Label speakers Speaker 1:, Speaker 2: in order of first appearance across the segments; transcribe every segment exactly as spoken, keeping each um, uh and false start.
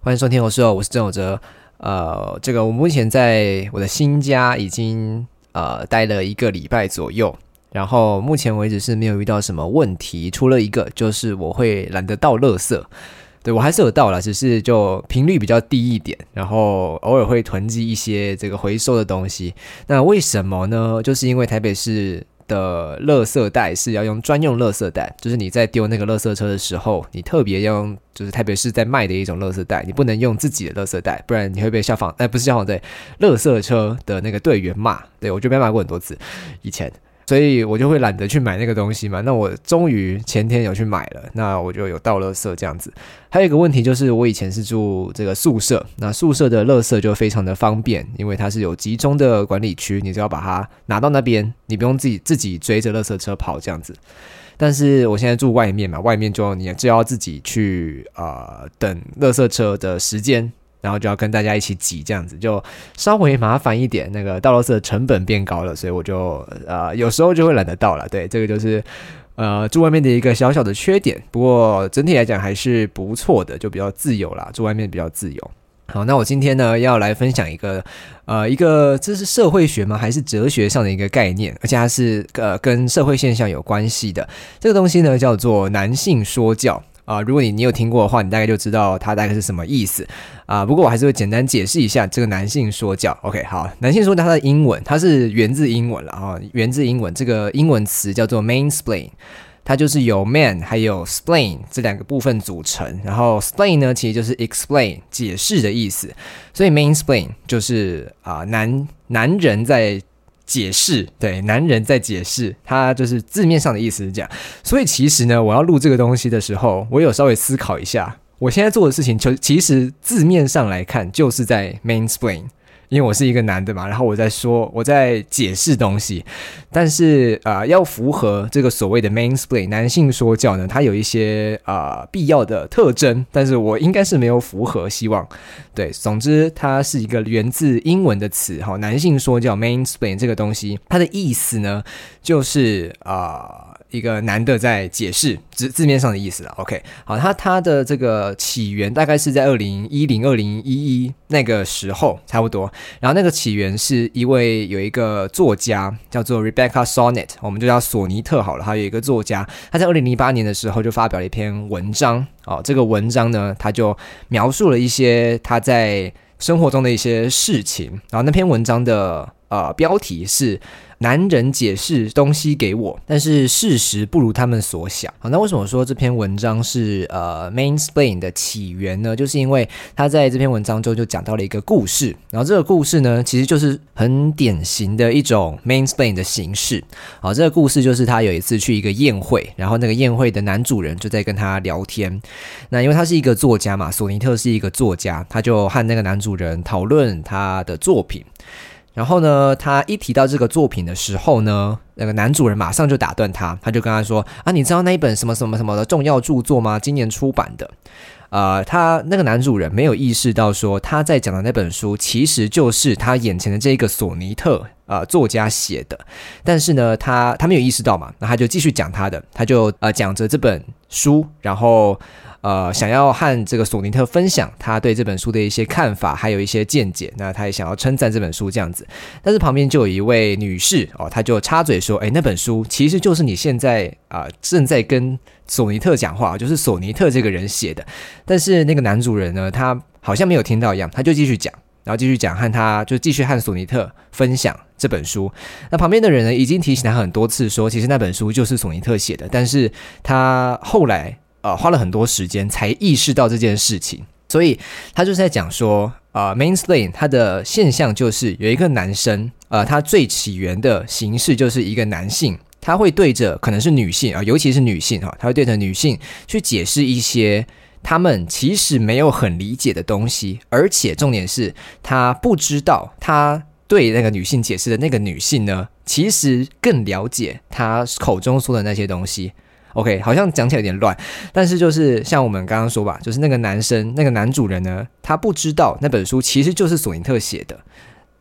Speaker 1: 欢迎收听我是我是郑有哲。呃，这个我目前在我的新家已经呃待了一个礼拜左右，然后目前为止是没有遇到什么问题，除了一个就是我会懒得倒垃圾。对，我还是有倒啦，只是就频率比较低一点，然后偶尔会囤积一些这个回收的东西。那为什么呢？就是因为台北市的垃圾袋是要用专用垃圾袋，就是你在丢那个垃圾车的时候，你特别要用，就是台北市在卖的一种垃圾袋，你不能用自己的垃圾袋，不然你会被消防，哎，不是消防队，垃圾车的那个队员骂。对，我就被骂过很多次，以前。所以我就会懒得去买那个东西嘛，那我终于前天有去買了，那我就有倒垃圾这样子。还有一个问题就是我以前是住这个宿舍，那宿舍的垃圾就非常的方便，因为它是有集中的管理区，你只要把它拿到那边，你不用自己自己追着垃圾车跑这样子。但是我现在住外面嘛，外面就你就要自己去呃等垃圾车的时间，然后就要跟大家一起挤，这样子就稍微麻烦一点，那个倒垃圾的成本变高了，所以我就呃有时候就会懒得倒了。对，这个就是呃住外面的一个小小的缺点，不过整体来讲还是不错的，就比较自由啦，住外面比较自由。好，那我今天呢要来分享一个呃一个这是社会学吗还是哲学上的一个概念，而且它是呃跟社会现象有关系的。这个东西呢叫做男性说教。啊、呃，如果你你有听过的话，你大概就知道它大概是什么意思啊、呃。不过我还是会简单解释一下这个男性说教。OK， 好，男性说教它的英文，它是源自英文了啊，源自英文，这个英文词叫做 mansplain， 它就是由 man 还有 splain 这两个部分组成。然后 splain 呢，其实就是 explain 解释的意思，所以 mansplain 就是啊、呃、男男人在解释，对，男人在解释，他就是字面上的意思是这样。所以其实呢，我要录这个东西的时候，我有稍微思考一下，我现在做的事情就其实字面上来看就是在 mansplain， 因为我是一个男的嘛，然后我在说我在解释东西，但是呃要符合这个所谓的 mansplain 男性说教呢，它有一些呃必要的特征，但是我应该是没有符合，希望对，总之它是一个源自英文的词，男性说教 mansplain 这个东西，它的意思呢就是呃一个男的在解释字字面上的意思啦。 OK， 好，它它的这个起源大概是在二零一零二零一一那个时候差不多，然后那个起源是一位有一个作家叫做 Rebecca Solnit， 我们就叫索尼特好了，他有一个作家，他在二零零八年的时候就发表了一篇文章、哦、这个文章呢他就描述了一些他在生活中的一些事情，然后那篇文章的呃标题是男人解释东西给我，但是事实不如他们所想。好，那为什么说这篇文章是呃 mansplain 的起源呢？就是因为他在这篇文章中就讲到了一个故事，然后这个故事呢其实就是很典型的一种 mansplain 的形式。好，这个故事就是他有一次去一个宴会，然后那个宴会的男主人就在跟他聊天，那因为他是一个作家嘛，索尼特是一个作家，他就和那个男主人讨论他的作品。然后呢，他一提到这个作品的时候呢，那个男主人马上就打断他，他就跟他说啊，你知道那一本什么什么什么的重要著作吗？今年出版的。呃，他那个男主人没有意识到说他在讲的那本书其实就是他眼前的这个索尼特呃作家写的，但是呢，他他没有意识到嘛，那他就继续讲他的，他就呃讲着这本书，然后。呃，想要和这个索尼特分享他对这本书的一些看法，还有一些见解，那他也想要称赞这本书这样子。但是旁边就有一位女士哦，她就插嘴说：“哎，那本书其实就是你现在啊、呃、正在跟索尼特讲话，就是索尼特这个人写的。”但是那个男主人呢，他好像没有听到一样，他就继续讲，然后继续讲，和他就继续和索尼特分享这本书。那旁边的人呢，已经提醒他很多次说，其实那本书就是索尼特写的，但是他后来。呃，花了很多时间才意识到这件事情，所以他就是在讲说，呃 mansplain 它的现象就是有一个男生，呃，他最起源的形式就是一个男性，他会对着可能是女性啊、呃，尤其是女性哈、呃，他会对着女性去解释一些他们其实没有很理解的东西，而且重点是他不知道他对那个女性解释的那个女性呢，其实更了解他口中说的那些东西。OK， 好像讲起来有点乱，但是就是像我们刚刚说吧，就是那个男生，那个男主人呢，他不知道那本书其实就是索尼特写的，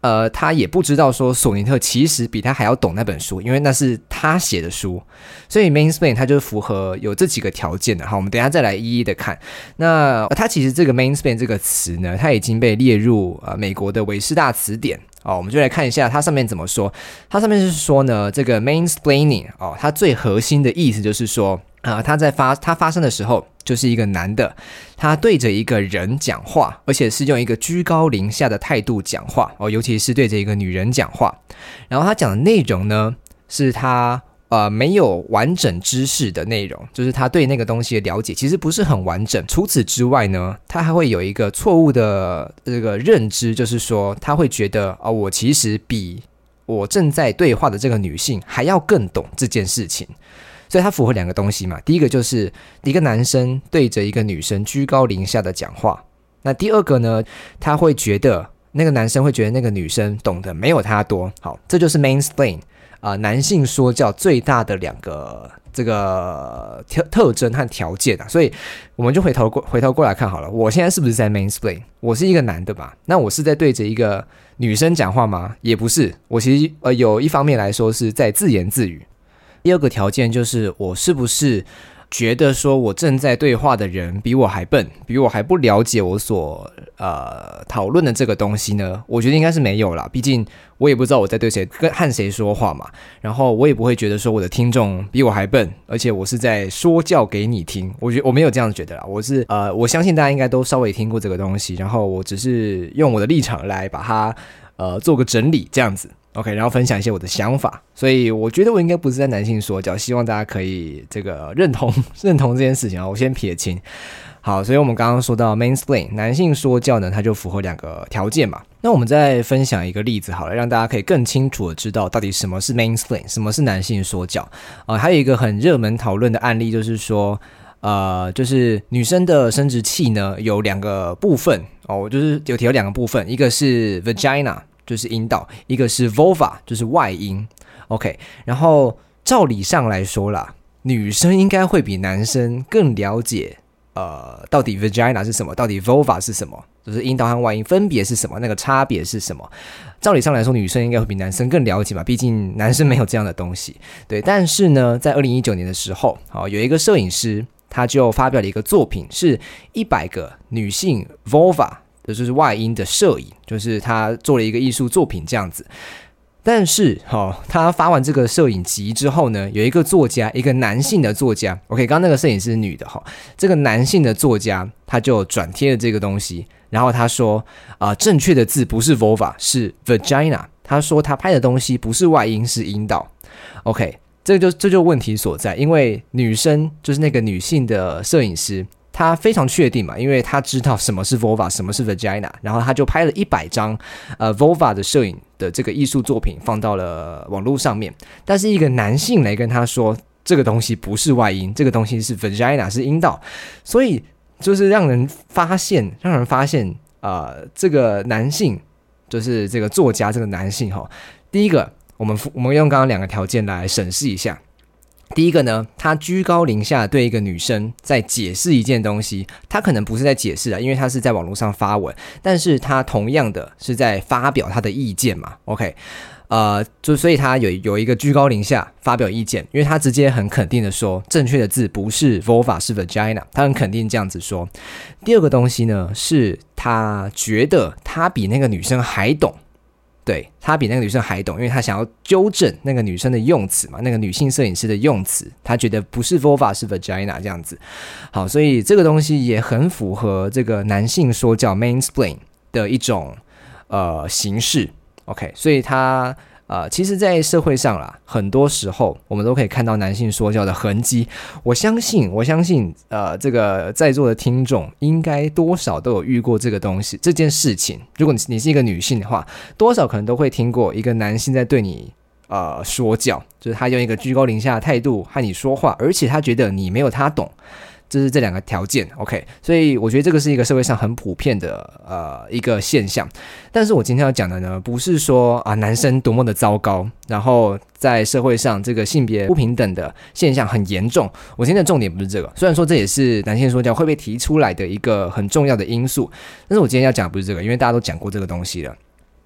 Speaker 1: 呃，他也不知道说索尼特其实比他还要懂那本书，因为那是他写的书，所以 mansplain 它就符合有这几个条件的。好，我们等一下再来一一的看。那它其实这个 mansplain 这个词呢，它已经被列入呃美国的韦氏大词典。哦，我们就来看一下它上面怎么说。它上面是说呢，这个 mansplaining 哦，它最核心的意思就是说，啊、呃，它在发它发生的时候，就是一个男的，他对着一个人讲话，而且是用一个居高临下的态度讲话哦，尤其是对着一个女人讲话。然后他讲的内容呢，是他呃没有完整知识的内容，就是他对那个东西的了解其实不是很完整。除此之外呢，他还会有一个错误的这个认知，就是说他会觉得哦，我其实比我正在对话的这个女性还要更懂这件事情。所以它符合两个东西嘛，第一个就是一个男生对着一个女生居高临下的讲话，那第二个呢，他会觉得那个男生会觉得那个女生懂得没有他多。好，这就是 mansplain 啊、呃，男性说教最大的两个这个特特征和条件啊。所以我们就回头过回头过来看好了，我现在是不是在 mansplain？ 我是一个男的吧？那我是在对着一个女生讲话吗？也不是，我其实呃有一方面来说是在自言自语。第二个条件就是我是不是觉得说我正在对话的人比我还笨，比我还不了解我所呃讨论的这个东西呢？我觉得应该是没有啦，毕竟我也不知道我在对谁跟和谁说话嘛，然后我也不会觉得说我的听众比我还笨，而且我是在说教给你听，我觉得我没有这样觉得啦，我是呃我相信大家应该都稍微听过这个东西，然后我只是用我的立场来把它呃做个整理这样子。OK， 然后分享一些我的想法，所以我觉得我应该不是在男性说教，希望大家可以这个认同认同这件事情啊。我先撇清。好，所以我们刚刚说到 mansplain 男性说教呢，它就符合两个条件嘛。那我们再分享一个例子好了，让大家可以更清楚的知道到底什么是 mansplain， 什么是男性说教。呃，还有一个很热门讨论的案例就是说，呃，就是女生的生殖器呢有两个部分哦，就是有提到两个部分，一个是 vagina。就是阴道，一个是 vulva， 就是外阴。OK， 然后照理上来说啦，女生应该会比男生更了解，呃，到底 vagina 是什么，到底 vulva 是什么，就是阴道和外阴分别是什么，那个差别是什么。照理上来说，女生应该会比男生更了解嘛，毕竟男生没有这样的东西。对，但是呢，在二零一九年的时候，好，有一个摄影师，他就发表了一个作品，是一百个女性 vulva。这就是外阴的摄影，就是他做了一个艺术作品这样子。但是、哦、他发完这个摄影集之后呢，有一个作家，一个男性的作家 OK， 刚刚那个摄影师是女的、哦、这个男性的作家他就转贴了这个东西，然后他说、呃、正确的字不是 vulva 是 vagina， 他说他拍的东西不是外阴是阴道。 OK， 这就这就问题所在，因为女生就是那个女性的摄影师，他非常确定嘛，因为他知道什么是 vulva， 什么是 vagina， 然后他就拍了一百张呃 vulva 的摄影的这个艺术作品放到了网络上面。但是一个男性来跟他说，这个东西不是外阴，这个东西是 vagina， 是阴道，所以就是让人发现，让人发现呃这个男性就是这个作家这个男性哈，第一个我们我们用刚刚两个条件来审视一下。第一个呢，他居高临下对一个女生在解释一件东西，他可能不是在解释啊，因为他是在网络上发文，但是他同样的是在发表他的意见嘛 OK， 呃，就所以他有有一个居高临下发表意见，因为他直接很肯定的说正确的字不是 vulva 是 vagina， 他很肯定这样子说。第二个东西呢，是他觉得他比那个女生还懂，对，他比那个女生还懂，因为他想要纠正那个女生的用词嘛，那个女性摄影师的用词，他觉得不是 vulva 是 vagina 这样子。好，所以这个东西也很符合这个男性说教 mansplain 的一种呃形式。OK， 所以他呃，其实在社会上啦，很多时候我们都可以看到男性说教的痕迹。我相信我相信呃，这个在座的听众应该多少都有遇过这个东西这件事情。如果你是一个女性的话，多少可能都会听过一个男性在对你呃说教，就是他用一个居高临下的态度和你说话，而且他觉得你没有他懂，这是这两个条件 OK， 所以我觉得这个是一个社会上很普遍的呃一个现象。但是我今天要讲的呢，不是说啊男生多么的糟糕，然后在社会上这个性别不平等的现象很严重。我今天的重点不是这个，虽然说这也是男性说教会被提出来的一个很重要的因素，但是我今天要讲的不是这个，因为大家都讲过这个东西了。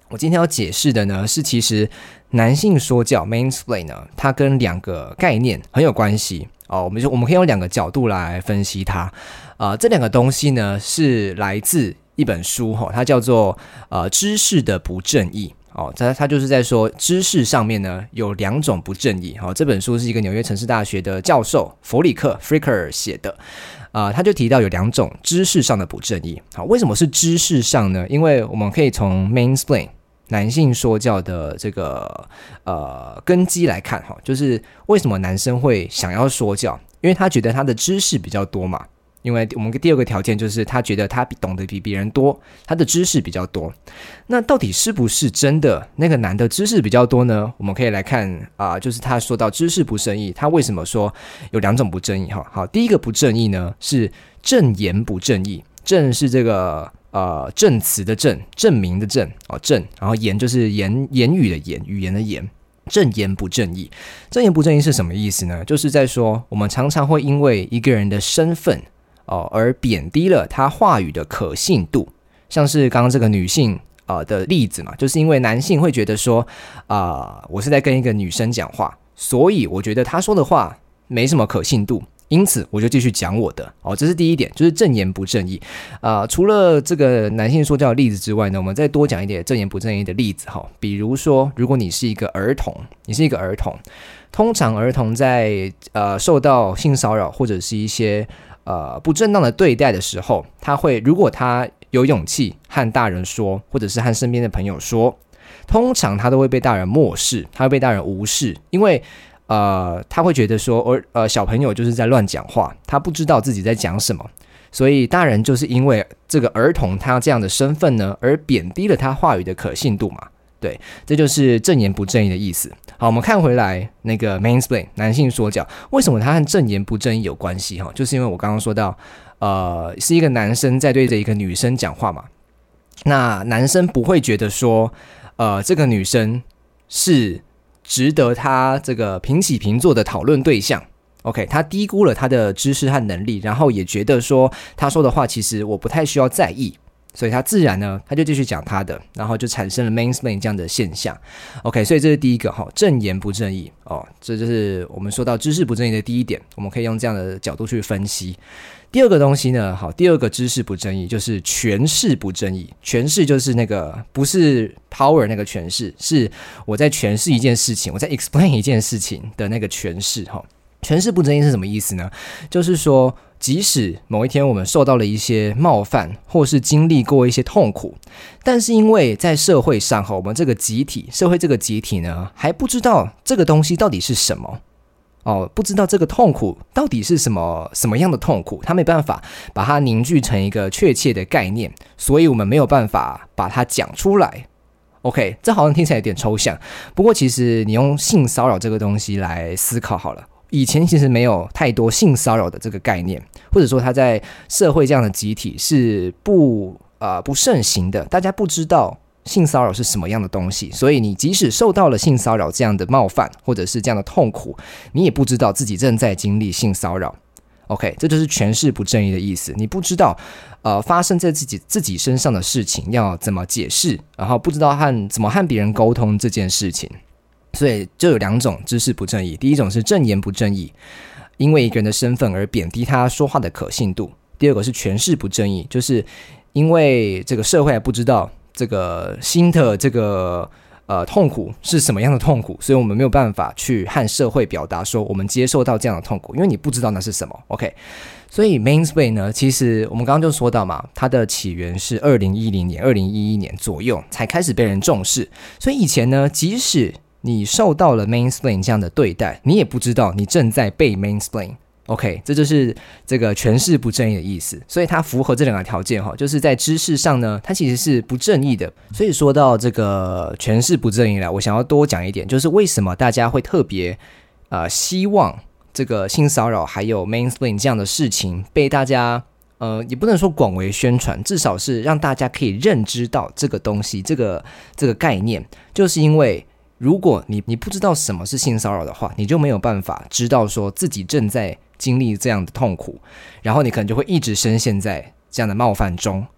Speaker 1: 我今天要解释的呢，是其实男性说教 mansplain 呢，它跟两个概念很有关系哦。我们就我们可以用两个角度来分析它。呃，这两个东西呢，是来自一本书哈、哦，它叫做呃知识的不正义。哦，他他就是在说知识上面呢有两种不正义。好、哦，这本书是一个纽约城市大学的教授弗里克 Fricker 写的。啊、呃，他就提到有两种知识上的不正义。好，为什么是知识上呢？因为我们可以从 mansplain 男性说教的这个呃根基来看哈，就是为什么男生会想要说教，因为他觉得他的知识比较多嘛。因为我们第二个条件就是他觉得他懂得比别人多，他的知识比较多。那到底是不是真的那个男的知识比较多呢？我们可以来看啊、呃，就是他说到知识不正义，他为什么说有两种不正义哈？好，第一个不正义呢是证言不正义，证是这个呃证词的证，证明的证哦证，然后言就是言言语的言，语言的言。证言不正义，证言不正义是什么意思呢？就是在说我们常常会因为一个人的身份哦，而贬低了他话语的可信度，像是刚刚这个女性呃的例子嘛，就是因为男性会觉得说啊、呃，我是在跟一个女生讲话，所以我觉得他说的话没什么可信度，因此我就继续讲我的哦，这是第一点，就是证言不正义。啊、呃，除了这个男性说教的例子之外呢，我们再多讲一点证言不正义的例子哈，比如说，如果你是一个儿童，你是一个儿童，通常儿童在呃受到性骚扰或者是一些呃不正当的对待的时候，他会如果他有勇气和大人说，或者是和身边的朋友说，通常他都会被大人漠视，他会被大人无视，因为呃他会觉得说，而呃小朋友就是在乱讲话，他不知道自己在讲什么，所以大人就是因为这个儿童他这样的身份呢，而贬低了他话语的可信度嘛。对，这就是证言不正义的意思。好，我们看回来那个 mansplain 男性说教，为什么它和证言不正义有关系？就是因为我刚刚说到，呃，是一个男生在对着一个女生讲话嘛，那男生不会觉得说，呃，这个女生是值得他这个平起平坐的讨论对象。OK， 他低估了他的知识和能力，然后也觉得说他说的话其实我不太需要在意。所以他自然呢，他就继续讲他的，然后就产生了 mansplain 这样的现象。OK， 所以这是第一个哈，证言不正义哦，这就是我们说到知识不正义的第一点，我们可以用这样的角度去分析。第二个东西呢，好，第二个知识不正义就是诠释不正义。诠释就是那个不是 power 那个诠释，是我在诠释一件事情，我在 explain 一件事情的那个诠释哈。诠释不正义是什么意思呢？就是说，即使某一天我们受到了一些冒犯，或是经历过一些痛苦，但是因为在社会上，我们这个集体，社会这个集体呢，还不知道这个东西到底是什么。哦，不知道这个痛苦到底是什么什么样的痛苦，他没办法把它凝聚成一个确切的概念，所以我们没有办法把它讲出来。OK， 这好像听起来有点抽象，不过其实你用性骚扰这个东西来思考好了。以前其实没有太多性骚扰的这个概念，或者说它在社会这样的集体是不呃不盛行的，大家不知道性骚扰是什么样的东西，所以你即使受到了性骚扰这样的冒犯或者是这样的痛苦，你也不知道自己正在经历性骚扰。OK， 这就是诠释不正义的意思。你不知道呃发生在自己自己身上的事情要怎么解释，然后不知道和怎么和别人沟通这件事情。所以就有两种知识不正义，第一种是证言不正义，因为一个人的身份而贬低他说话的可信度；第二个是诠释不正义，就是因为这个社会还不知道这个新的这个呃痛苦是什么样的痛苦，所以我们没有办法去和社会表达说我们接受到这样的痛苦，因为你不知道那是什么。 OK， 所以 mansplain 呢，其实我们刚刚就说到嘛，它的起源是二零一零年二零一一年左右才开始被人重视，所以以前呢，即使你受到了 mansplain 这样的对待，你也不知道你正在被 mansplain。 OK， 这就是这个诠释不正义的意思，所以它符合这两个条件，就是在知识上呢，它其实是不正义的。所以说到这个诠释不正义了，我想要多讲一点，就是为什么大家会特别呃希望这个性骚扰还有 mansplain 这样的事情被大家呃，也不能说广为宣传，至少是让大家可以认知到这个东西，这个这个概念，就是因为如果你你不知道什么是性骚扰的话，你就没有办法知道说自己正在经历这样的痛苦，然后你可能就会一直深陷在这样的冒犯中。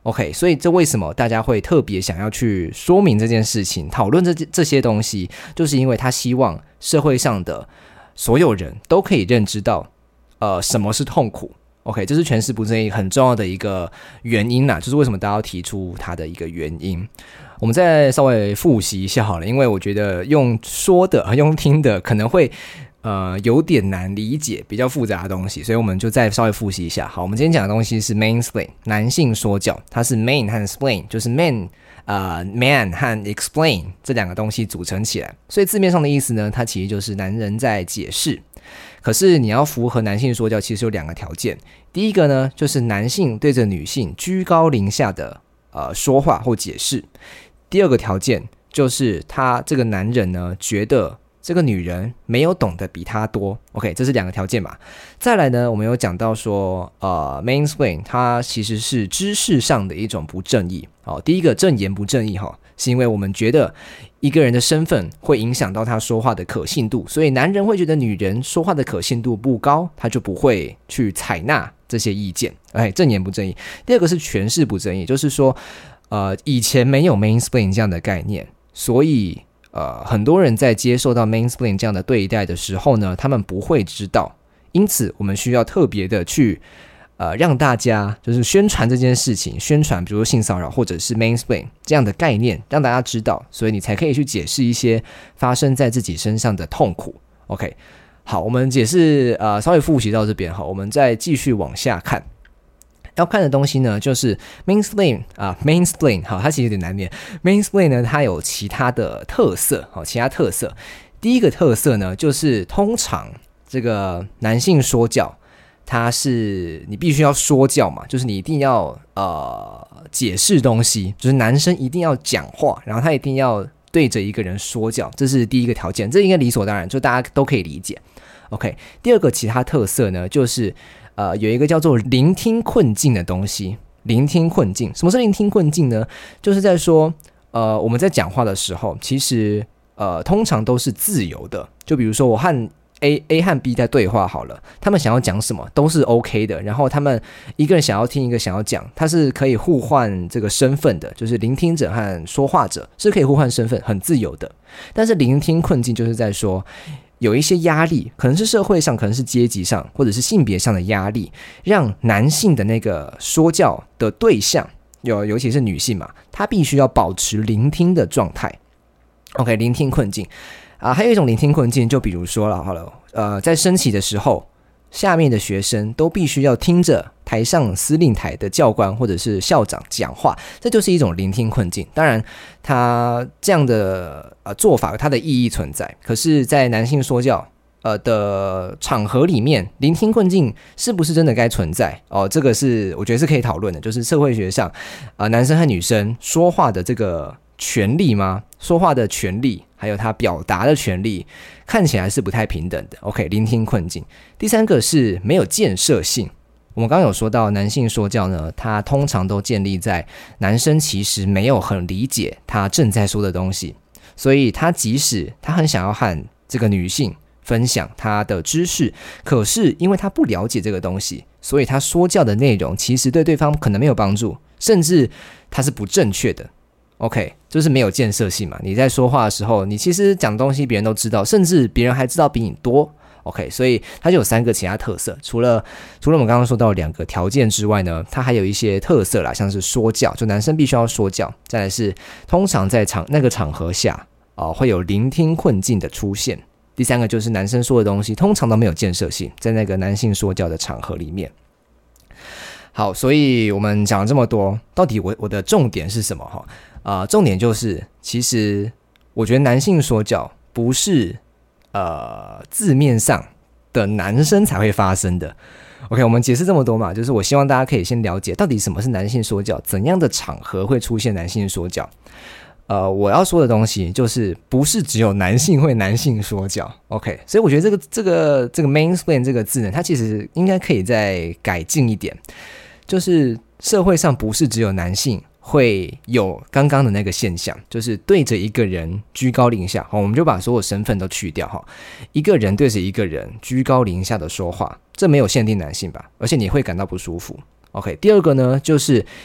Speaker 1: OK， 所以这为什么大家会特别想要去说明这件事情，讨论这这些东西，就是因为他希望社会上的所有人都可以认知到，呃，什么是痛苦。OK， 这是权势不正义很重要的一个原因啦，就是为什么大家要提出它的一个原因。我们再稍微复习一下好了，因为我觉得用说的和用听的可能会呃有点难理解，比较复杂的东西，所以我们就再稍微复习一下。好，我们今天讲的东西是 mansplain， 男性说教，它是 main 和 splain， 就是 man 呃 man 和 explain 这两个东西组成起来，所以字面上的意思呢，它其实就是男人在解释。可是你要符合男性说教，其实有两个条件。第一个呢，就是男性对着女性居高临下的呃说话或解释。第二个条件就是他这个男人呢，觉得这个女人没有懂得比他多。OK， 这是两个条件嘛。再来呢，我们有讲到说，呃 ，mansplain 它其实是知识上的一种不正义。好，第一个正言不正义哈，是因为我们觉得一个人的身份会影响到他说话的可信度，所以男人会觉得女人说话的可信度不高，他就不会去采纳这些意见。哎，正言不正义。第二个是权势不正义，就是说，呃，以前没有 mansplain 这样的概念，所以呃，很多人在接受到 mansplain 这样的对待的时候呢，他们不会知道，因此我们需要特别的去呃，让大家就是宣传这件事情，宣传比如说性骚扰或者是 mansplain 这样的概念，让大家知道，所以你才可以去解释一些发生在自己身上的痛苦。OK， 好，我们解释呃稍微复习到这边哈，我们再继续往下看。要看的东西呢，就是 mansplain 啊 ，mansplain 好，它其实有点难念。mansplain 呢，它有其他的特色，好，其他特色。第一个特色呢，就是通常这个男性说教，它是你必须要说教嘛，就是你一定要呃解释东西，就是男生一定要讲话，然后他一定要对着一个人说教，这是第一个条件，这应该理所当然，就大家都可以理解。OK， 第二个其他特色呢，就是呃有一个叫做聆听困境的东西。聆听困境，什么是聆听困境呢？就是在说呃我们在讲话的时候，其实呃通常都是自由的，就比如说我和A, A 和 B 在对话好了，他们想要讲什么都是 OK 的，然后他们一个人想要听，一个想要讲，他是可以互换这个身份的，就是聆听者和说话者是可以互换身份，很自由的。但是聆听困境就是在说有一些压力，可能是社会上，可能是阶级上，或者是性别上的压力，让男性的那个说教的对象，有尤其是女性嘛，她必须要保持聆听的状态。OK， 聆听困境啊，还有一种聆听困境，就比如说了，好了，呃，在升旗的时候，下面的学生都必须要听着台上司令台的教官或者是校长讲话，这就是一种聆听困境。当然，他这样的呃做法，它的意义存在。可是，在男性说教呃的场合里面，聆听困境是不是真的该存在？哦，这个是我觉得是可以讨论的，就是社会学上，呃，男生和女生说话的这个权利吗？说话的权利，还有他表达的权利，看起来是不太平等的。OK， 聆听困境。第三个是没有建设性。我们刚刚有说到，男性说教呢，它通常都建立在男生其实没有很理解他正在说的东西，所以他即使他很想要和这个女性分享他的知识，可是因为他不了解这个东西，所以他说教的内容其实对对方可能没有帮助，甚至他是不正确的。OK， 就是没有建设性嘛。你在说话的时候，你其实讲东西别人都知道，甚至别人还知道比你多。OK， 所以它就有三个其他特色。除了除了我们刚刚说到两个条件之外呢，它还有一些特色啦，像是说教，就男生必须要说教。再来是通常在场那个场合下啊、呃，会有聆听困境的出现。第三个就是男生说的东西通常都没有建设性，在那个男性说教的场合里面。好，所以我们讲了这么多，到底我我的重点是什么哈？啊、呃，重点就是，其实我觉得男性说教不是呃字面上的男生才会发生的。OK， 我们解释这么多嘛，就是我希望大家可以先了解到底什么是男性说教，怎样的场合会出现男性说教。呃，我要说的东西就是不是只有男性会男性说教 ，OK， 所以我觉得这个这个这个 mansplain 这个字呢，它其实应该可以再改进一点，就是社会上不是只有男性会有刚刚的那个现象，就是对着一个人居高临下，好，我们就把所有身份都去掉哈，一个人对着一个人居高临下的说话，这没有限定男性吧，而且你会感到不舒服。OK， 第二个呢，就是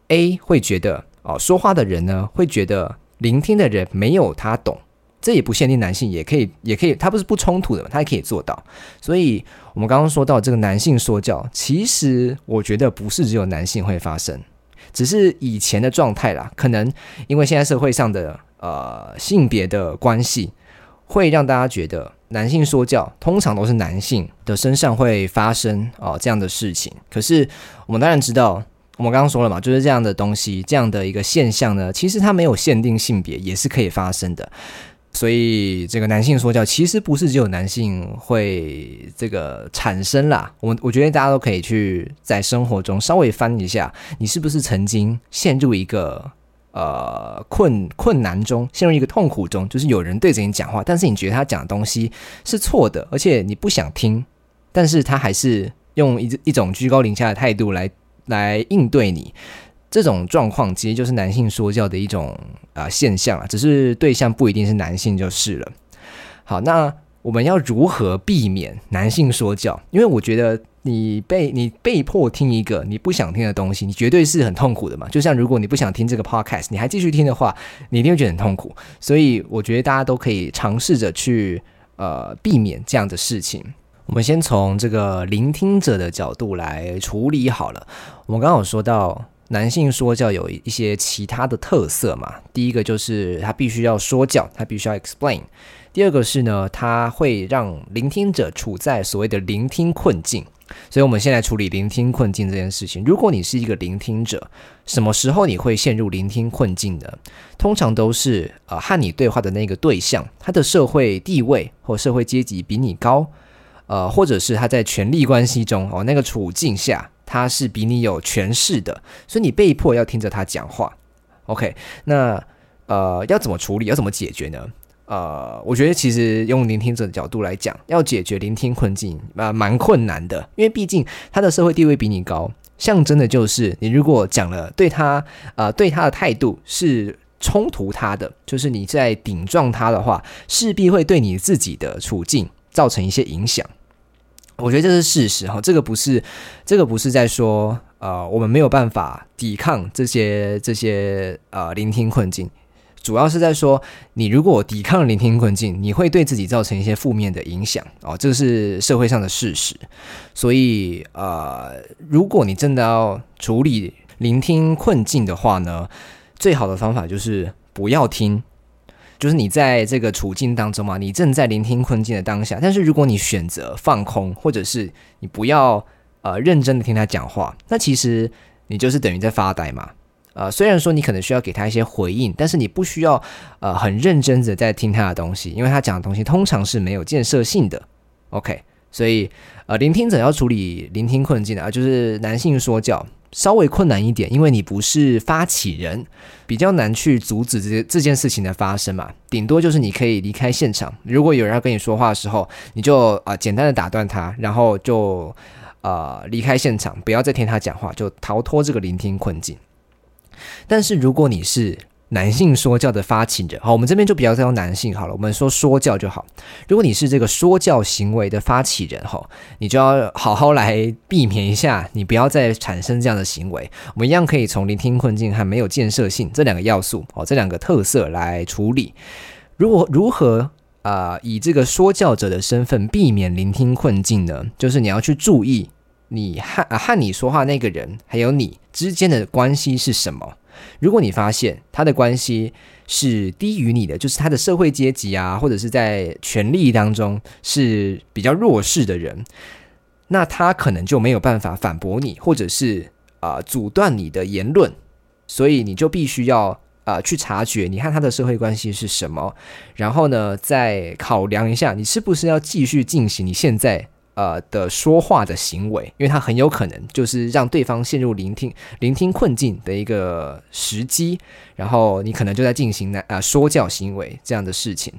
Speaker 1: A 会觉得哦，说话的人呢会觉得聆听的人没有他懂，这也不限定男性，也可以，也可以，它不是不冲突的嘛，它也可以做到。所以我们刚刚说到这个男性说教，其实我觉得不是只有男性会发生，只是以前的状态啦，可能因为现在社会上的呃性别的关系，会让大家觉得男性说教通常都是男性的身上会发生哦、呃、这样的事情。可是我们当然知道。我们刚刚说了嘛，就是这样的东西，这样的一个现象呢，其实它没有限定性别，也是可以发生的。所以这个男性说教其实不是只有男性会这个产生啦。我我觉得大家都可以去在生活中稍微翻一下，你是不是曾经陷入一个呃困困难中，陷入一个痛苦中，就是有人对着你讲话，但是你觉得他讲的东西是错的，而且你不想听，但是他还是用一一种居高临下的态度来。来应对你，这种状况其实就是男性说教的一种、呃、现象啊，只是对象不一定是男性就是了。好，那我们要如何避免男性说教？因为我觉得你被你被迫听一个你不想听的东西，你绝对是很痛苦的嘛。就像如果你不想听这个 podcast， 你还继续听的话，你一定会觉得很痛苦。所以我觉得大家都可以尝试着去呃避免这样的事情。我们先从这个聆听者的角度来处理好了。我们刚刚有说到男性说教有一些其他的特色嘛，第一个就是他必须要说教，他必须要 explain。第二个是呢，他会让聆听者处在所谓的聆听困境。所以我们先来处理聆听困境这件事情。如果你是一个聆听者，什么时候你会陷入聆听困境呢？通常都是、呃、和你对话的那个对象，他的社会地位或社会阶级比你高，呃，或者是他在权力关系中哦，那个处境下他是比你有权势的，所以你被迫要听着他讲话。OK， 那呃要怎么处理？要怎么解决呢？呃，我觉得其实用聆听者的角度来讲，要解决聆听困境啊，蛮、呃、困难的，因为毕竟他的社会地位比你高，象征的就是你如果讲了对他呃对他的态度是冲突他的，就是你在顶撞他的话，势必会对你自己的处境造成一些影响。我觉得这是事实哈，这个不是，这个不是在说，呃，我们没有办法抵抗这些这些呃聆听困境，主要是在说，你如果抵抗聆听困境，你会对自己造成一些负面的影响哦，这是社会上的事实。所以呃，如果你真的要处理聆听困境的话呢，最好的方法就是不要听。就是你在这个处境当中嘛，你正在聆听困境的当下，但是如果你选择放空，或者是你不要呃认真的听他讲话，那其实你就是等于在发呆嘛。呃，虽然说你可能需要给他一些回应，但是你不需要呃很认真的在听他的东西，因为他讲的东西通常是没有建设性的。OK， 所以呃聆听者要处理聆听困境啊，就是男性说教。稍微困难一点，因为你不是发起人，比较难去阻止这这件事情的发生嘛。顶多就是你可以离开现场，如果有人要跟你说话的时候，你就呃简单的打断他，然后就呃离开现场，不要再听他讲话，就逃脱这个聆听困境。但是如果你是男性说教的发起人，好，我们这边就不要再用男性好了，我们说说教就好。如果你是这个说教行为的发起人，你就要好好来避免一下，你不要再产生这样的行为。我们一样可以从聆听困境和没有建设性这两个要素，这两个特色来处理。如果如何、呃、以这个说教者的身份避免聆听困境呢？就是你要去注意你 和,、啊、和你说话那个人还有你之间的关系是什么。如果你发现他的关系是低于你的，就是他的社会阶级啊，或者是在权力当中是比较弱势的人，那他可能就没有办法反驳你，或者是、呃、阻断你的言论，所以你就必须要、呃、去察觉你和他的社会关系是什么，然后呢再考量一下你是不是要继续进行你现在呃的说话的行为，因为它很有可能就是让对方陷入聆听聆听困境的一个时机，然后你可能就在进行呃说教行为这样的事情。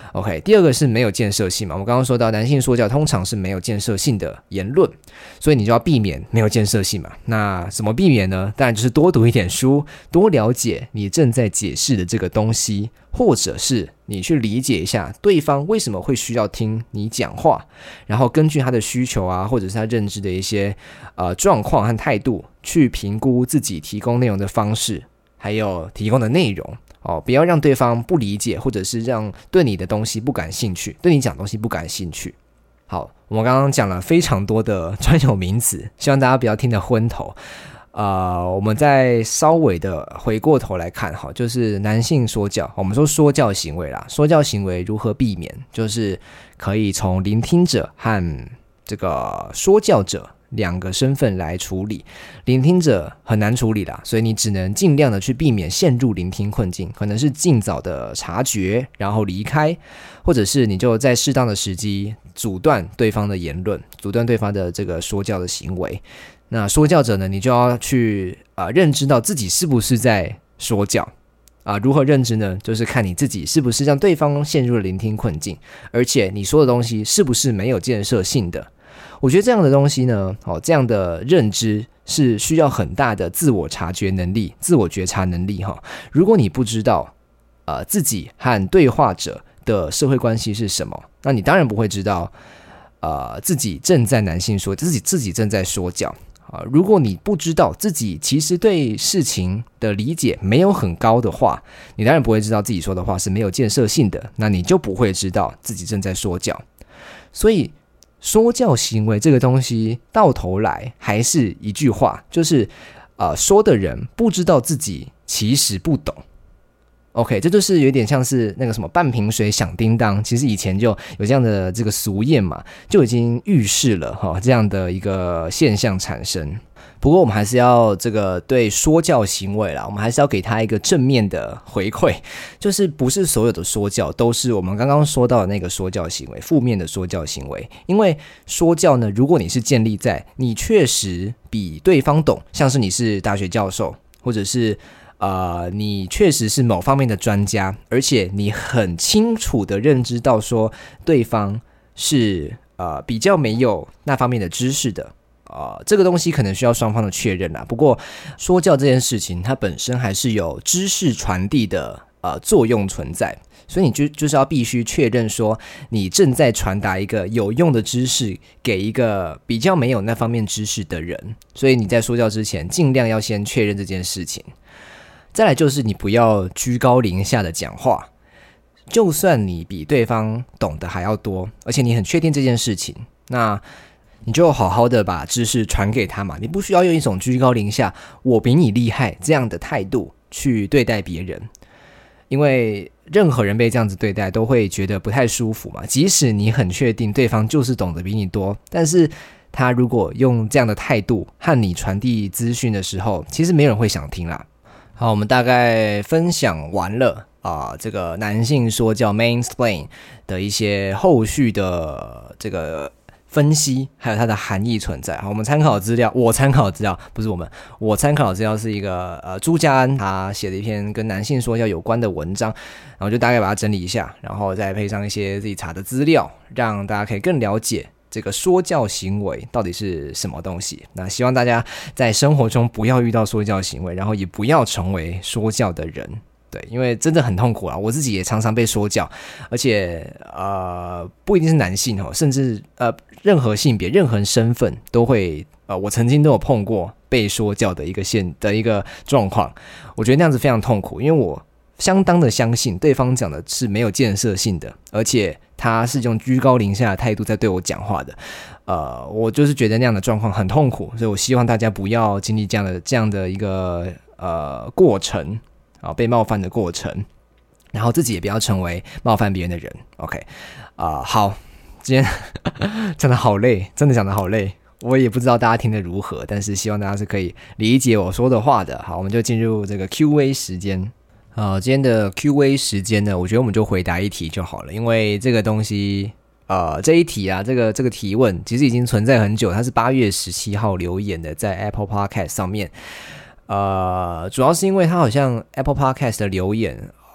Speaker 1: OK， 第二个是没有建设性嘛，我们刚刚说到男性说教通常是没有建设性的言论，所以你就要避免没有建设性嘛。那怎么避免呢？当然就是多读一点书，多了解你正在解释的这个东西，或者是你去理解一下对方为什么会需要听你讲话，然后根据他的需求啊，或者是他认知的一些呃状况和态度，去评估自己提供内容的方式，还有提供的内容。哦，不要让对方不理解，或者是让对你的东西不感兴趣，对你讲东西不感兴趣。好，我们刚刚讲了非常多的专有名词，希望大家不要听得昏头。呃，我们再稍微的回过头来看，哈，就是男性说教，我们说说教行为啦，说教行为如何避免，就是可以从聆听者和这个说教者两个身份来处理。聆听者很难处理啦，所以你只能尽量的去避免陷入聆听困境，可能是尽早的察觉然后离开，或者是你就在适当的时机阻断对方的言论，阻断对方的这个说教的行为。那说教者呢，你就要去、呃、认知到自己是不是在说教啊？如何认知呢？就是看你自己是不是让对方陷入了聆听困境，而且你说的东西是不是没有建设性的。我觉得这样的东西呢，哦，这样的认知是需要很大的自我察觉能力、自我觉察能力哈。如果你不知道呃自己和对话者的社会关系是什么，那你当然不会知道呃自己正在男性说自己自己正在说教啊。如果你不知道自己其实对事情的理解没有很高的话，你当然不会知道自己说的话是没有建设性的，那你就不会知道自己正在说教。所以说教行为这个东西到头来还是一句话，就是呃，说的人不知道自己其实不懂。OK， 这就是有点像是那个什么半瓶水响叮当，其实以前就有这样的这个俗谚嘛，就已经预示了哈这样的一个现象产生。不过我们还是要这个对说教行为啦，我们还是要给他一个正面的回馈，就是不是所有的说教都是我们刚刚说到的那个说教行为，负面的说教行为。因为说教呢，如果你是建立在你确实比对方懂，像是你是大学教授，或者是呃，你确实是某方面的专家，而且你很清楚的认知到说对方是呃比较没有那方面的知识的。呃，这个东西可能需要双方的确认啦。不过说教这件事情，它本身还是有知识传递的呃作用存在，所以你就就是要必须确认说，你正在传达一个有用的知识给一个比较没有那方面知识的人。所以你在说教之前，尽量要先确认这件事情。再来就是你不要居高临下的讲话，就算你比对方懂得还要多，而且你很确定这件事情，那你就好好的把知识传给他嘛，你不需要用一种居高临下我比你厉害这样的态度去对待别人，因为任何人被这样子对待都会觉得不太舒服嘛。即使你很确定对方就是懂得比你多，但是他如果用这样的态度和你传递资讯的时候，其实没有人会想听啦。好，我们大概分享完了啊、呃，这个男性说教 mansplain 的一些后续的这个分析，还有它的含义存在。好，我们参考资料，我参考资料不是我们，我参考资料是一个呃朱家安他写的一篇跟男性说教有关的文章，然后就大概把它整理一下，然后再配上一些自己查的资料，让大家可以更了解这个说教行为到底是什么东西。那希望大家在生活中不要遇到说教行为，然后也不要成为说教的人。对，因为真的很痛苦啊！我自己也常常被说教，而且呃，不一定是男性哦，甚至呃，任何性别、任何身份都会呃，我曾经都有碰过被说教的一个现的一个状况。我觉得那样子非常痛苦，因为我相当的相信对方讲的是没有建设性的，而且他是用居高临下的态度在对我讲话的。呃，我就是觉得那样的状况很痛苦，所以我希望大家不要经历这样的这样的一个呃过程。啊，被冒犯的过程，然后自己也不要成为冒犯别人的人。OK， 啊、呃，好，今天讲的好累，真的讲的好累，我也不知道大家听得如何，但是希望大家是可以理解我说的话的。好，我们就进入这个 Q A 时间。呃，今天的 Q A 时间呢，我觉得我们就回答一题就好了，因为这个东西，呃，这一题啊，这个这个提问其实已经存在很久，它是八月十七号留言的，在 Apple Podcast 上面。呃，主要是因为他好像 Apple Podcast 的留言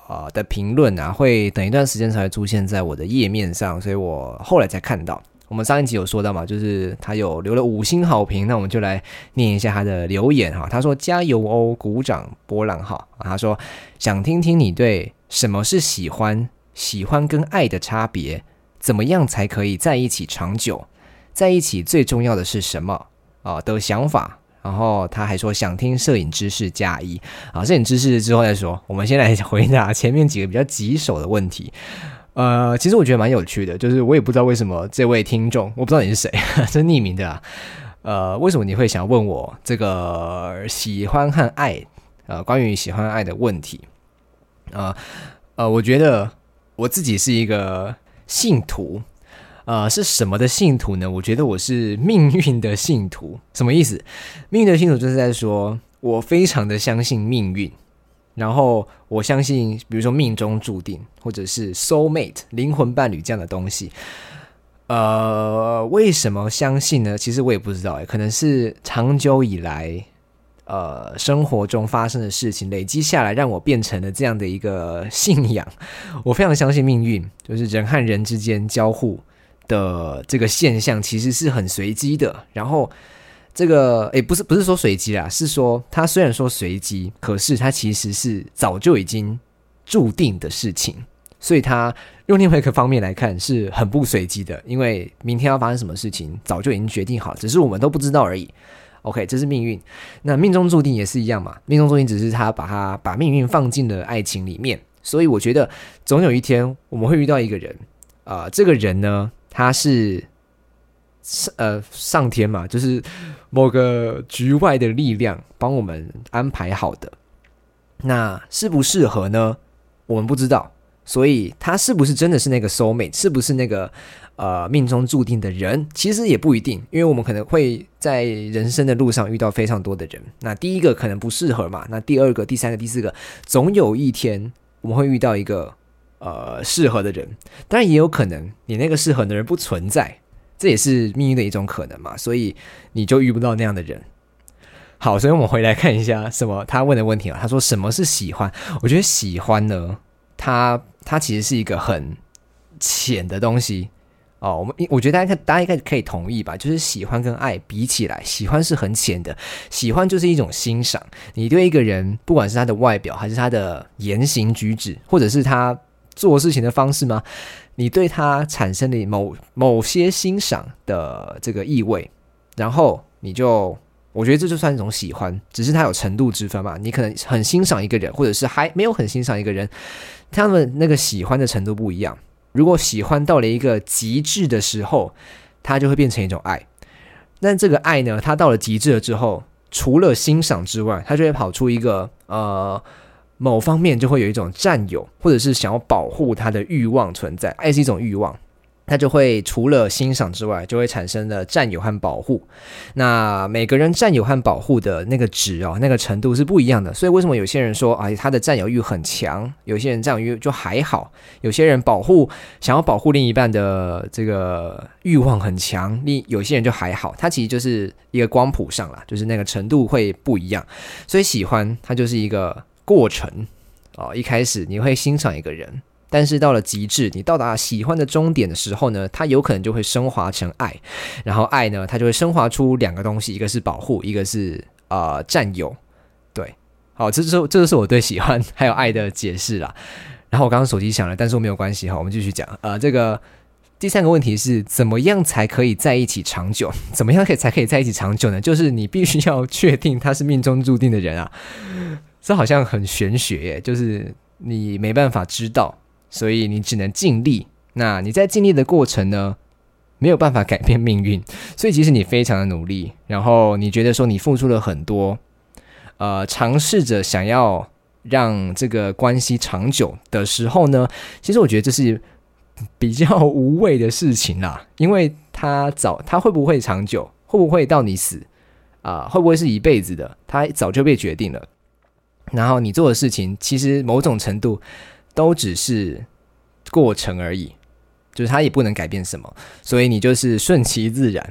Speaker 1: 呃的评论啊，会等一段时间才会出现在我的页面上，所以我后来才看到。我们上一集有说到嘛，就是他有留了五星好评，那我们就来念一下他的留言哈。他说加油哦，鼓掌波浪号。他说想听听你对什么是喜欢、喜欢跟爱的差别，怎么样才可以在一起长久，在一起最重要的是什么啊的想法。然后他还说想听摄影知识加一啊，摄影知识之后再说。我们先来回答前面几个比较棘手的问题。呃，其实我觉得蛮有趣的，就是我也不知道为什么这位听众，我不知道你是谁，是匿名的啊。呃，为什么你会想问我这个喜欢和爱，呃，关于喜欢爱的问题？呃呃，我觉得我自己是一个信徒，呃，是什么的信徒呢？我觉得我是命运的信徒。什么意思？命运的信徒就是在说我非常的相信命运。然后我相信比如说命中注定或者是 soul mate 灵魂伴侣这样的东西。呃，为什么相信呢？其实我也不知道耶，可能是长久以来呃生活中发生的事情累积下来，让我变成了这样的一个信仰。我非常相信命运，就是人和人之间交互的这个现象其实是很随机的。然后这个诶，不是不是说随机啦，是说它虽然说随机，可是它其实是早就已经注定的事情，所以它用另外一个方面来看是很不随机的，因为明天要发生什么事情早就已经决定好，只是我们都不知道而已。OK， 这是命运。那命中注定也是一样嘛，命中注定只是他把他把命运放进了爱情里面，所以我觉得总有一天我们会遇到一个人，呃，这个人呢，他是呃上天嘛，就是某个局外的力量帮我们安排好的。那适不适合呢？我们不知道，所以他是不是真的是那个 soul mate， 是不是那个呃命中注定的人，其实也不一定，因为我们可能会在人生的路上遇到非常多的人。那第一个可能不适合嘛，那第二个、第三个、第四个，总有一天我们会遇到一个呃适合的人。当然也有可能你那个适合的人不存在，这也是命运的一种可能嘛，所以你就遇不到那样的人。好，所以我们回来看一下什么他问的问题啊。他说什么是喜欢？我觉得喜欢呢，它它其实是一个很浅的东西哦。我们我觉得大家大家应该可以同意吧，就是喜欢跟爱比起来，喜欢是很浅的。喜欢就是一种欣赏，你对一个人，不管是他的外表，还是他的言行举止，或者是他做事情的方式吗？你对他产生了某某些欣赏的这个意味，然后你就。我觉得这就算一种喜欢，只是它有程度之分嘛。你可能很欣赏一个人，或者是还没有很欣赏一个人，他们那个喜欢的程度不一样。如果喜欢到了一个极致的时候，它就会变成一种爱。但这个爱呢，它到了极致了之后，除了欣赏之外，它就会跑出一个呃某方面就会有一种占有，或者是想要保护它的欲望存在。爱是一种欲望。它就会除了欣赏之外，就会产生了占有和保护。那每个人占有和保护的那个值哦，那个程度是不一样的。所以为什么有些人说啊，他的占有欲很强，有些人占有欲就还好，有些人保护想要保护另一半的这个欲望很强，另有些人就还好。它其实就是一个光谱上啦，就是那个程度会不一样。所以喜欢它就是一个过程哦，一开始你会欣赏一个人。但是到了极致，你到达喜欢的终点的时候呢，它有可能就会升华成爱，然后爱呢，它就会升华出两个东西，一个是保护，一个是呃占有。对，好，这就是这就是我对喜欢还有爱的解释啦。然后我刚刚手机响了，但是我没有关系哈，我们继续讲。呃，这个第三个问题是怎么样才可以在一起长久？怎么样可以才可以在一起长久呢？就是你必须要确定他是命中注定的人啊。这好像很玄学耶，就是你没办法知道。所以你只能尽力，那你在尽力的过程呢，没有办法改变命运。所以即使你非常的努力，然后你觉得说你付出了很多，呃，尝试着想要让这个关系长久的时候呢，其实我觉得这是比较无谓的事情啦。因为它早，它会不会长久，会不会到你死啊、呃，会不会是一辈子的，它早就被决定了。然后你做的事情，其实某种程度都只是过程而已，就是它也不能改变什么，所以你就是顺其自然。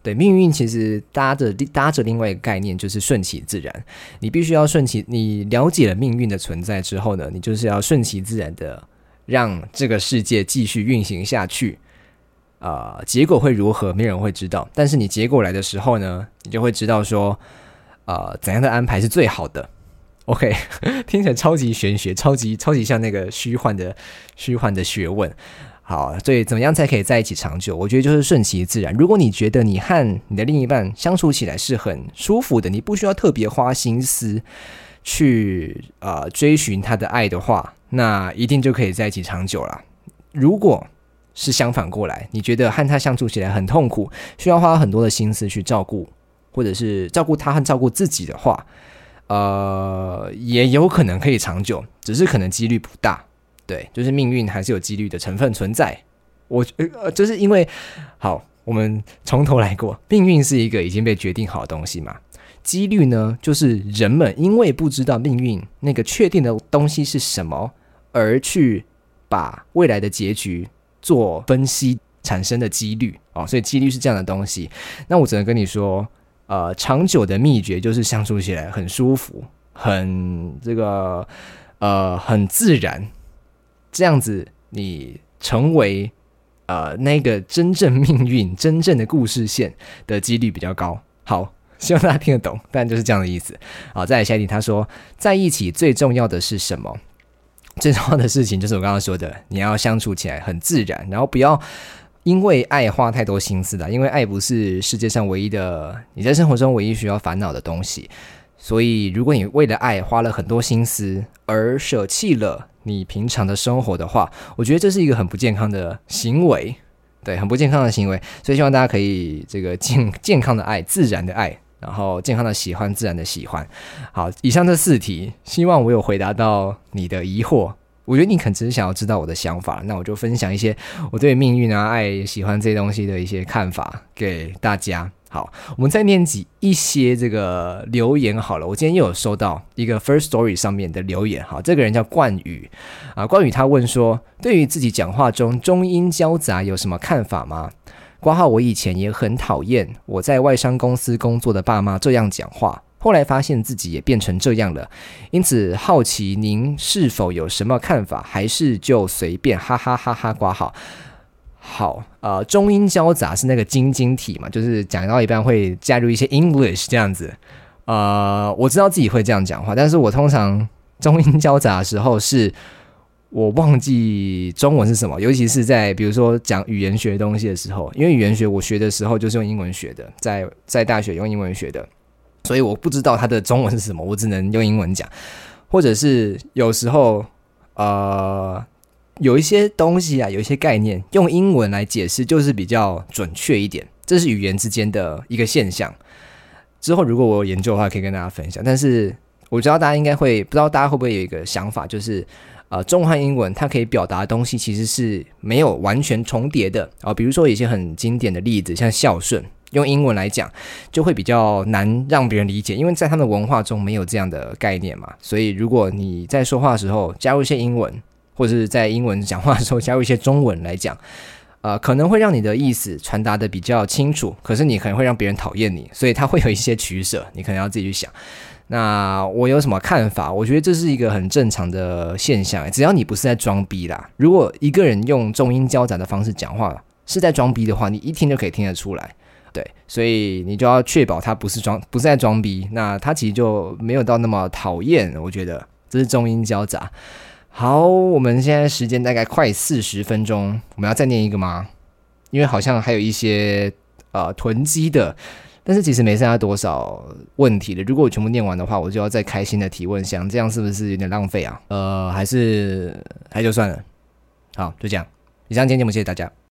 Speaker 1: 对，命运其实搭着搭着另外一个概念，就是顺其自然。你必须要顺其，你了解了命运的存在之后呢，你就是要顺其自然的让这个世界继续运行下去。呃，结果会如何，没人会知道。但是你结果来的时候呢，你就会知道说，呃，怎样的安排是最好的。OK， 听起来超级玄学，超级超级像那个虚幻的虚幻的学问。好，所以怎么样才可以在一起长久？我觉得就是顺其自然。如果你觉得你和你的另一半相处起来是很舒服的，你不需要特别花心思去呃追寻他的爱的话，那一定就可以在一起长久了。如果是相反过来，你觉得和他相处起来很痛苦，需要花很多的心思去照顾，或者是照顾他和照顾自己的话，呃，也有可能可以长久，只是可能几率不大。对，就是命运还是有几率的成分存在。我呃，就是因为好，我们从头来过，命运是一个已经被决定好的东西嘛。几率呢，就是人们因为不知道命运那个确定的东西是什么，而去把未来的结局做分析产生的几率哦，所以几率是这样的东西。那我只能跟你说，呃，长久的秘诀就是相处起来很舒服，很这个呃很自然。这样子你成为呃那个真正命运真正的故事线的几率比较高。好，希望大家听得懂，但就是这样的意思。好，再来下一题，他说在一起最重要的是什么？最重要的事情就是我刚刚说的，你要相处起来很自然，然后不要因为爱花太多心思啦，因为爱不是世界上唯一的，你在生活中唯一需要烦恼的东西。所以如果你为了爱花了很多心思而舍弃了你平常的生活的话，我觉得这是一个很不健康的行为。对，很不健康的行为。所以希望大家可以这个健健康的爱，自然的爱，然后健康的喜欢，自然的喜欢。好，以上这四题，希望我有回答到你的疑惑。我觉得你可能只是想要知道我的想法，那我就分享一些我对命运啊、爱、喜欢这些东西的一些看法给大家。好，我们再念几一些这个留言好了。我今天又有收到一个 First Story 上面的留言，好，这个人叫冠宇啊，冠宇他问说，对于自己讲话中中英交杂有什么看法吗？括号我以前也很讨厌我在外商公司工作的爸妈这样讲话，后来发现自己也变成这样了，因此好奇您是否有什么看法，还是就随便哈哈哈哈括号。好，呃，中英交杂是那个晶晶体嘛，就是讲到一半会加入一些 English 这样子。呃，我知道自己会这样讲话，但是我通常中英交杂的时候是我忘记中文是什么，尤其是在比如说讲语言学的东西的时候，因为语言学我学的时候就是用英文学的，在在大学用英文学的，所以我不知道它的中文是什么，我只能用英文讲，或者是有时候呃。有一些东西啊，有一些概念用英文来解释就是比较准确一点，这是语言之间的一个现象。之后如果我有研究的话可以跟大家分享，但是我知道大家应该会不知道大家会不会有一个想法，就是呃，中文和英文它可以表达的东西其实是没有完全重叠的啊、呃。比如说有一些很经典的例子，像孝顺，用英文来讲就会比较难让别人理解，因为在他们的文化中没有这样的概念嘛。所以如果你在说话的时候加入一些英文，或者是在英文讲话的时候加入一些中文来讲，呃，可能会让你的意思传达的比较清楚，可是你可能会让别人讨厌你，所以它会有一些取舍，你可能要自己去想。那我有什么看法？我觉得这是一个很正常的现象，只要你不是在装逼啦。如果一个人用中英交杂的方式讲话是在装逼的话，你一听就可以听得出来。对，所以你就要确保他不是装不是在装逼，那他其实就没有到那么讨厌。我觉得这是中英交杂。好，我们现在时间大概快四十分钟，我们要再念一个吗？因为好像还有一些呃囤积的，但是其实没剩下多少问题了。如果我全部念完的话，我就要再开新的提问箱，这样是不是有点浪费啊？呃，还是还就算了。好，就这样。以上今天节目，谢谢大家。